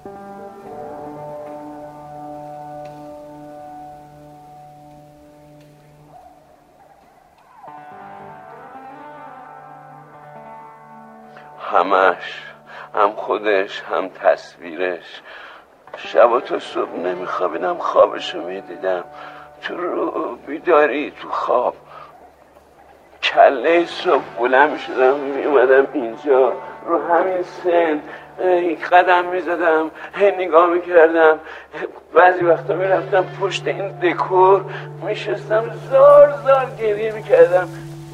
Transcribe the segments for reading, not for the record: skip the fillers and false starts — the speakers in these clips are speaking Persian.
همش، هم خودش هم تصویرش. شبا تا صبح نمیخوابیدم، خوابشو میدیدم تو رو بیداری، تو خواب. کله صبح بلند میشدم میومدم اینجا رو همین سن یک قدم میزدم، هی نگاه میکردم. بعضی وقتا میرفتم پشت این دکور میشستم زار زار گریه میکردم.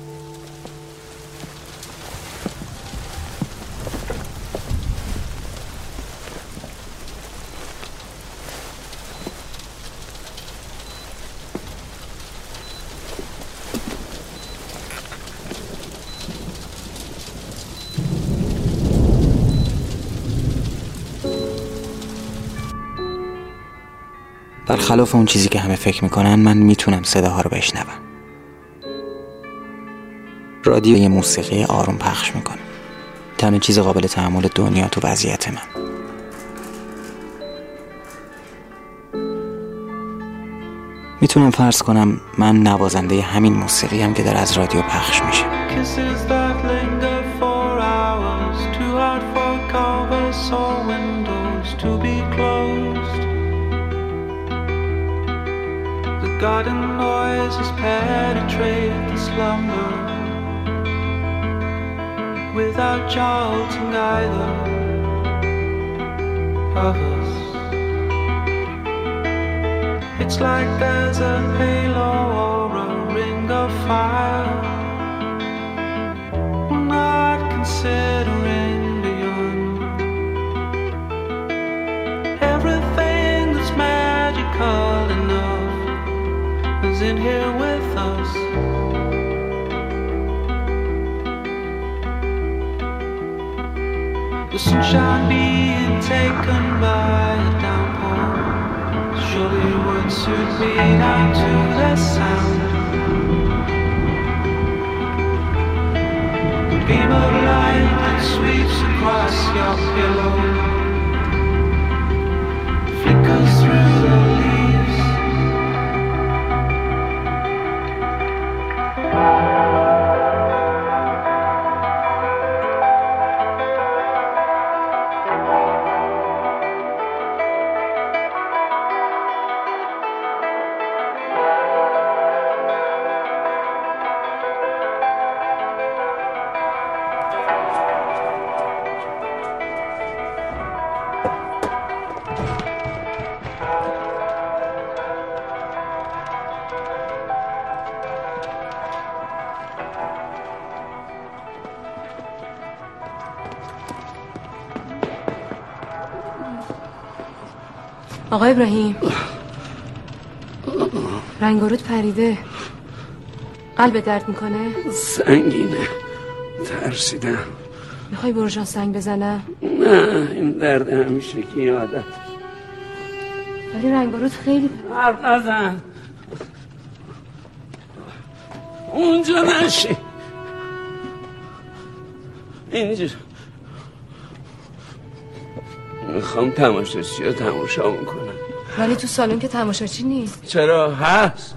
برخلاف اون چیزی که همه فکر میکنن، من میتونم صداها رو بشنوم. رادیو یه موسیقی آروم پخش میکنه، تنها چیز قابل تحمل دنیا تو وضعیت من. میتونم فرض کنم من نوازنده همین موسیقی هم که داره از رادیو پخش میشه. Garden noises penetrate the slumber without jolting either of us. It's like there's a halo or a ring of fire. We're not considering beyond everything that's magical enough is in here with us. The sunshine being taken by a downpour surely would suit me down to the sound. The beam of light that sweeps across your pillow flickers through the leaves. آقا ابراهیم، رنگارود پریده، قلب درد میکنه؟ سنگینه، ترسیدم. میخوای برژان سنگ بزنم؟ نه، این درد همیشگی عادت. ولی رنگارود خیلی حرف نزن، اونجا نشی، اینجا. میخوام تماشاچی رو تماشا میکنم. ولی تو سالن که تماشاچی نیست. چرا هست؟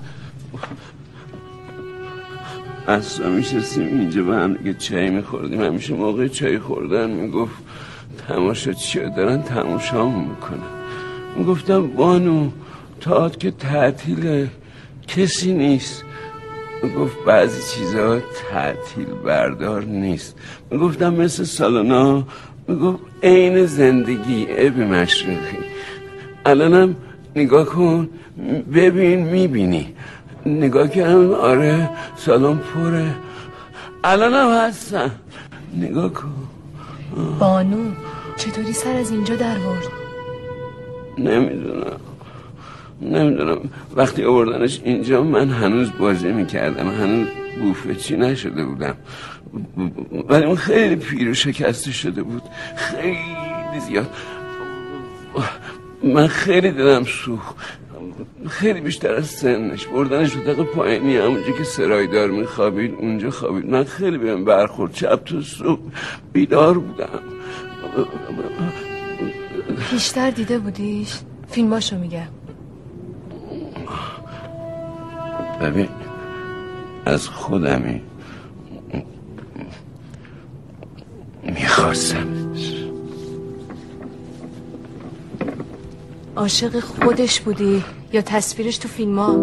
اصلا میشستیم اینجا با هم دیگه چای میخوردیم، همیشه موقع چای خوردن میگفت تماشاچی رو دارن تماشا میکنن. میگفتم بانو تئاتر که تعطیله، کسی نیست. میگفت بعضی چیزها تعطیل بردار نیست. میگفتم مثل سالنا، میگفت عین زندگی ابی مشرقی. الانم نگاه کن ببین، میبینی. نگاه کردم، آره سالن پره، الانم هستن. نگاه کن. بانو چطوری سر از اینجا در برد؟ نمیدونم. وقتی آوردنش اینجا من هنوز بازی میکردم، هنوز بوفه چی نشده بودم، ولی اون خیلی پیر و شکسته شده بود، خیلی زیاد. من خیلی دلم سوخت، خیلی بیشتر از سنش. بردنش رو طاق پایینی، همونجا که سرایدار میخوابید اونجا خوابید. من خیلی بهم برخورد، شب تا صبح بیدار بودم. پیشتر دیده بودیش؟ فیلماشو میگم. ببین از خودمی میخواستمش. عاشق خودش بودی یا تصویرش تو فیلم‌ها؟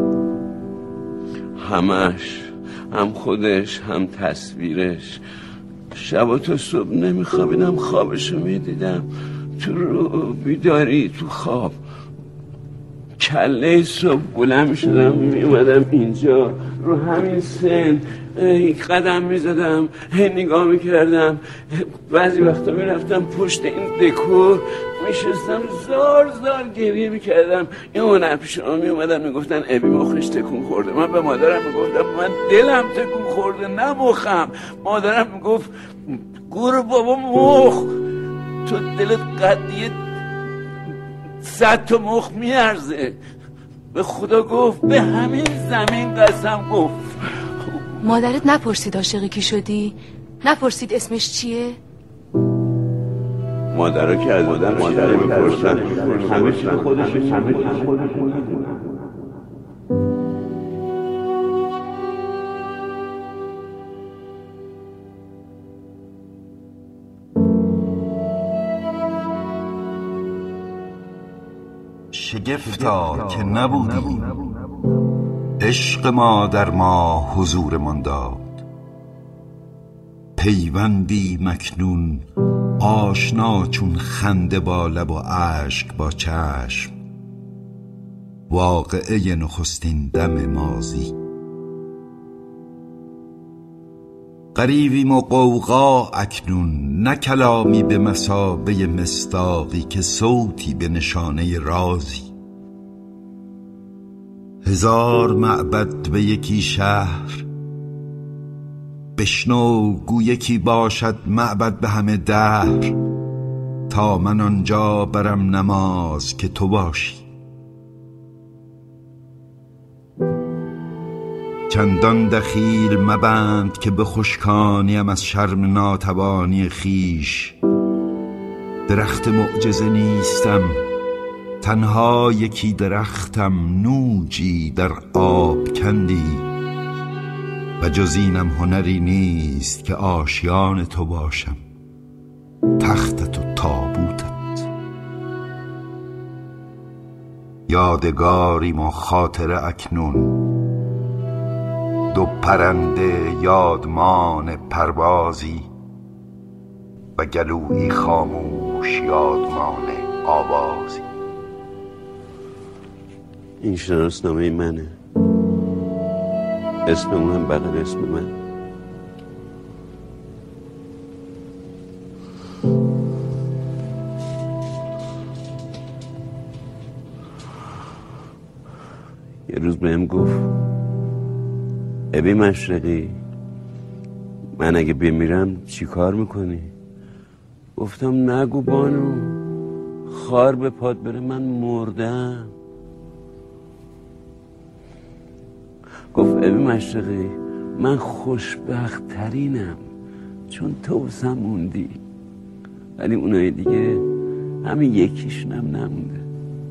همش، هم خودش هم تصویرش. شب تا صبح نمیخوابیدم، خوابشو میدیدم تو رو بیداری، تو خواب. کله صبح بلند میشدم میومدم اینجا رو همین سن قدم میزدم، نگاه میکردم. بعضی وقتا میرفتم پشت این دکور میشستم زار زار گریه میکردم. این هنرپیشه‌ها میومدن میگفتن ابی مخش تکون خورده. من به مادرم میگفتم من دلم تکون خورده نه مخم. مادرم میگفت گور بابا مخ، تو دلت قدیه 100 تا مخ میارزه. به خدا گفت، به همین زمین قسم گفت. مادرت نپرسید عاشق کی شدی؟ نپرسید اسمش چیه؟ مادرها که از مادر میپرسن همه چی خودش شگفتا که نبودی عشق ما در ما حضورمان داد. پیوندی مکنون آشنا چون خنده با لب و اشک با چشم، واقعه نخستین دم ماضی. غریبیم و غوغا اکنون، نه کلامی به مثابه مصداقی که صوتی به نشانه رازی. هزار معبد به یکی شهر، بشنو گو یکی باشد معبد به همه دهر. تا من آنجا برم نماز که تو باشی. چندان دخیل مبند که به خشکانیم از شرم ناتوانی خیش. درخت معجزه نیستم، تنها یکی درختم، نوجی در آب کندی. و جز اینم هنری نیست که آشیان تو باشم، تختت و تابوتت. یادگاریم و خاطره اکنون، دو پرنده یادمان پروازی. و گلویی خاموش یادمان آوازی. این شناسنامه منه، اسم اون هم بغل اسم من. یه روز بهم گفت ابی مشرقی، من اگه بمیرم چی کار میکنی؟ گفتم نگو بانو، خار به پات بره من مردم. گفت ابی مشرقی، من خوشبخت ترینم چون تو واسم موندی، ولی اونای دیگه همین یکیشونم نمونده.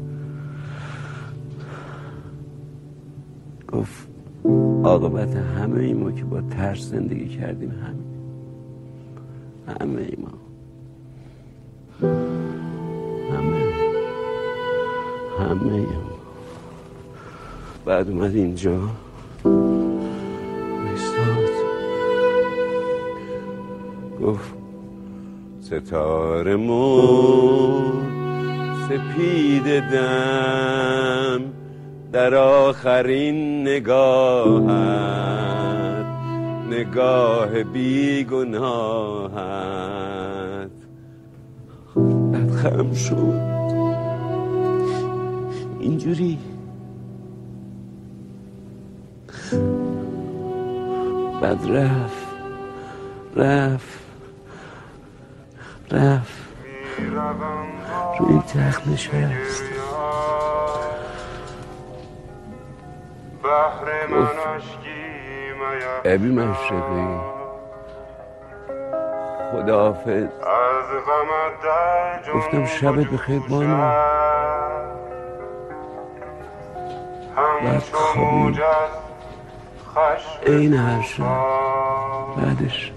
گفت عاقبت همه ای ما که با ترس زندگی کردیم همه ای ما همه ای ما. بعد اومد اینجا ایستاد گفت ستاره مرد سپید دم در آخرین نگاهت، نگاه بیگناهت. بعد خم شد اینجوری، بعد رفت روی این تخت نشست. ابی مشرقی، خداحافظ. گفتم شبت بخیر بانو. بعد خوابید این هر شب. بعدش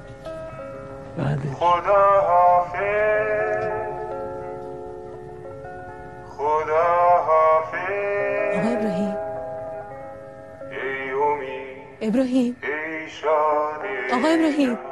آقا ابراهیم آقا ابراهیم